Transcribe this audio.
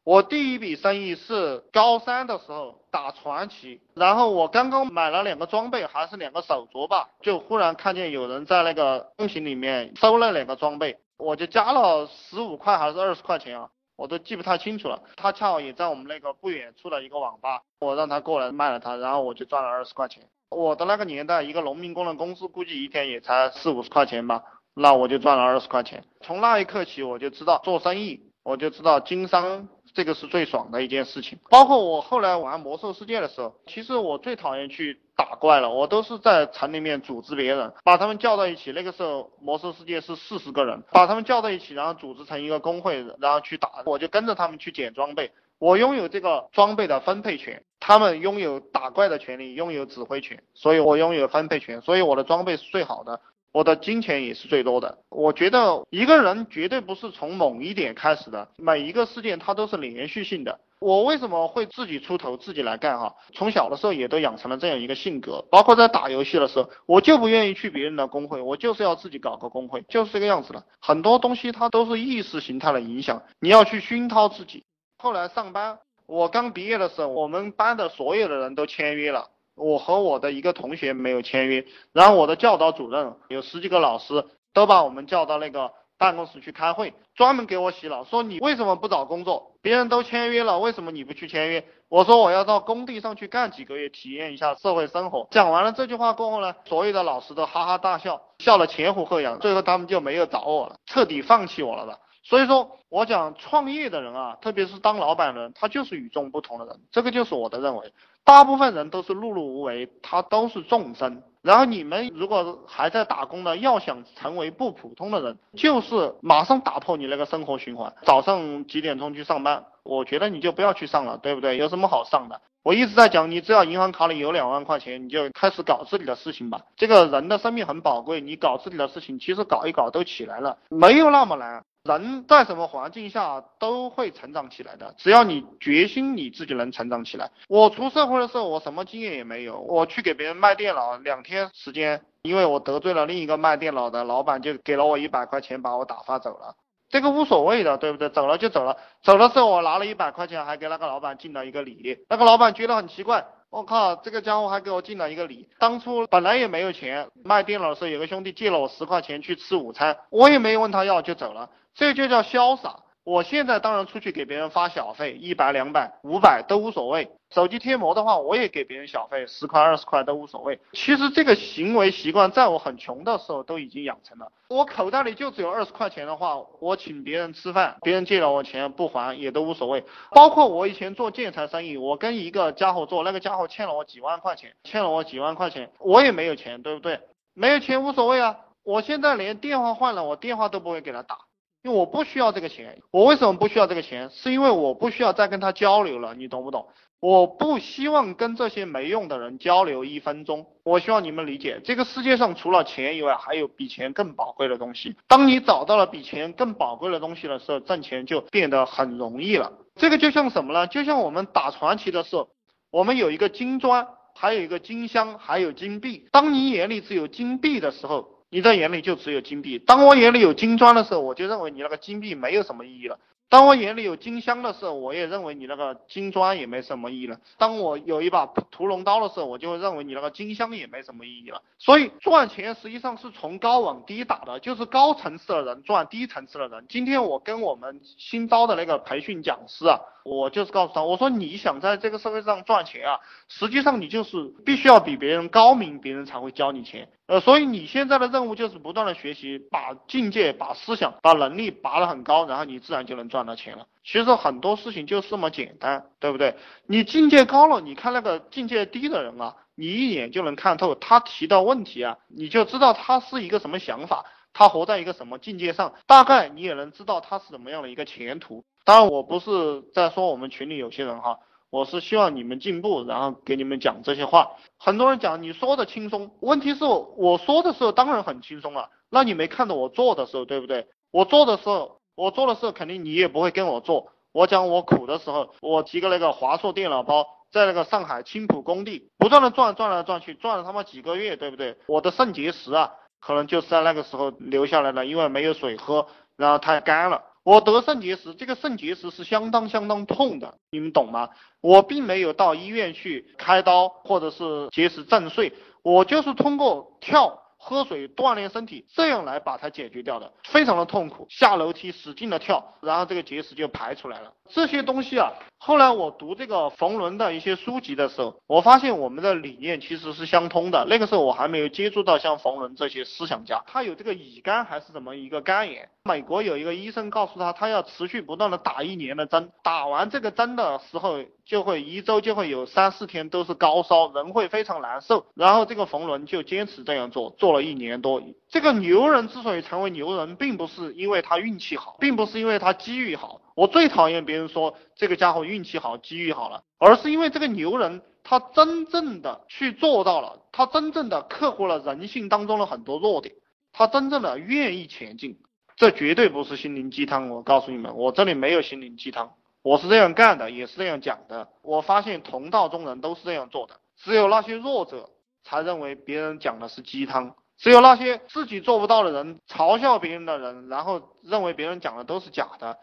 我第一笔生意是高三的时候打传奇，然后我刚刚买了2个装备，还是2个手镯吧，就忽然看见有人在那个公屏里面收了2个装备，我就加了15块还是20块钱啊，我都记不太清楚了。他恰好也在我们那个不远处的一个网吧，我让他过来卖了他，然后我就赚了20块钱。我的那个年代，一个农民工的工资估计一天也才40-50块钱吧，那我就赚了20块钱。从那一刻起，我就知道做生意，我就知道经商这个是最爽的一件事情。包括我后来玩魔兽世界的时候，其实我最讨厌去打怪了，我都是在城里面组织别人，把他们叫到一起。那个时候魔兽世界是40个人，把他们叫到一起，然后组织成一个工会，然后去打，我就跟着他们去捡装备。我拥有这个装备的分配权，他们拥有打怪的权利，拥有指挥权，所以我拥有分配权，所以我的装备是最好的，我的金钱也是最多的。我觉得一个人绝对不是从某一点开始的，每一个事件它都是连续性的。我为什么会自己出头自己来干从小的时候也都养成了这样一个性格，包括在打游戏的时候，我就不愿意去别人的工会，我就是要自己搞个工会，就是这个样子的。很多东西它都是意识形态的影响，你要去熏陶自己。后来上班，我刚毕业的时候，我们班的所有的人都签约了，我和我的一个同学没有签约。然后我的教导主任有10几个老师都把我们叫到那个办公室去开会，专门给我洗脑，说你为什么不找工作？别人都签约了，为什么你不去签约？我说我要到工地上去干几个月，体验一下社会生活。讲完了这句话过后呢，所有的老师都哈哈大笑，笑得前呼后拥，最后他们就没有找我了，彻底放弃我了吧。所以说我讲创业的人啊，特别是当老板的人，他就是与众不同的人，这个就是我的认为。大部分人都是碌碌无为，他都是众生。然后你们如果还在打工的，要想成为不普通的人，就是马上打破你那个生活循环。早上几点钟去上班，我觉得你就不要去上了，对不对？有什么好上的？我一直在讲，你只要银行卡里有2万块钱，你就开始搞自己的事情吧。这个人的生命很宝贵，你搞自己的事情，其实搞一搞都起来了，没有那么难。人在什么环境下都会成长起来的，只要你决心你自己能成长起来。我出社会的时候，我什么经验也没有，我去给别人卖电脑，2天时间，因为我得罪了另一个卖电脑的老板，就给了我100块钱，把我打发走了。这个无所谓的，对不对？走了就走了，走的时候我拿了100块钱，还给那个老板敬了一个礼。那个老板觉得很奇怪，我靠，这个家伙还给我敬了一个礼。当初本来也没有钱，卖电脑的时候有个兄弟借了我10块钱去吃午餐，我也没问他要就走了，这就叫潇洒。我现在当然出去给别人发小费，100、200、500都无所谓。手机贴膜的话，我也给别人小费，10块、20块都无所谓。其实这个行为习惯，在我很穷的时候都已经养成了。我口袋里就只有20块钱的话，我请别人吃饭，别人借了我钱不还也都无所谓。包括我以前做建材生意，我跟一个家伙做，那个家伙欠了我几万块钱，我也没有钱，对不对？没有钱无所谓啊。我现在连电话换了，我电话都不会给他打。因为我不需要这个钱。我为什么不需要这个钱？是因为我不需要再跟他交流了，你懂不懂？我不希望跟这些没用的人交流1分钟。我希望你们理解，这个世界上除了钱以外，还有比钱更宝贵的东西。当你找到了比钱更宝贵的东西的时候，挣钱就变得很容易了。这个就像什么呢？就像我们打传奇的时候，我们有一个金砖，还有一个金箱，还有金币。当你眼里只有金币的时候，你在眼里就只有金币。当我眼里有金砖的时候，我就认为你那个金币没有什么意义了。当我眼里有金香的时候，我也认为你那个金砖也没什么意义了。当我有一把屠龙刀的时候，我就会认为你那个金香也没什么意义了。所以赚钱实际上是从高往低打的，就是高层次的人赚低层次的人。今天我跟我们新招的那个培训讲师啊，我就是告诉他，我说你想在这个社会上赚钱啊，实际上你就是必须要比别人高明，别人才会教你钱。所以你现在的任务就是不断的学习，把境界、把思想、把能力拔得很高，然后你自然就能赚到钱了。其实很多事情就是这么简单，对不对？你境界高了，你看那个境界低的人啊，你一眼就能看透他提到问题啊，你就知道他是一个什么想法，他活在一个什么境界上，大概你也能知道他是怎么样的一个前途。当然我不是在说我们群里有些人我是希望你们进步，然后给你们讲这些话。很多人讲你说的轻松，问题是我说的时候当然很轻松了，那你没看到我做的时候，对不对？我做的时候肯定你也不会跟我做。我讲我苦的时候，我提个那个华硕电脑包，在那个上海青浦工地不断的转来转去，转了他妈几个月，对不对？我的肾结石啊，可能就是在那个时候留下来了，因为没有水喝，然后太干了。 我得肾结石，这个肾结石是相当痛的，你们懂吗？我并没有到医院去开刀或者是结石震碎，我就是通过跳、喝水、锻炼身体，这样来把它解决掉的，非常的痛苦，下楼梯使劲的跳，然后这个结石就排出来了。这些东西啊，后来我读这个冯仑的一些书籍的时候，我发现我们的理念其实是相通的。那个时候我还没有接触到像冯仑这些思想家，他有这个乙肝还是怎么一个肝炎，美国有一个医生告诉他，他要持续不断的打1年的针，打完这个针的时候就会1周就会有3、4天都是高烧，人会非常难受。然后这个冯仑就坚持这样做，做了1年多。这个牛人之所以成为牛人，并不是因为他运气好，并不是因为他机遇好。我最讨厌别人说这个家伙运气好、机遇好了，而是因为这个牛人他真正的去做到了，他真正的克服了人性当中的很多弱点，他真正的愿意前进。这绝对不是心灵鸡汤，我告诉你们，我这里没有心灵鸡汤，我是这样干的，也是这样讲的。我发现同道中人都是这样做的，只有那些弱者才认为别人讲的是鸡汤，只有那些自己做不到的人，嘲笑别人的人，然后认为别人讲的都是假的，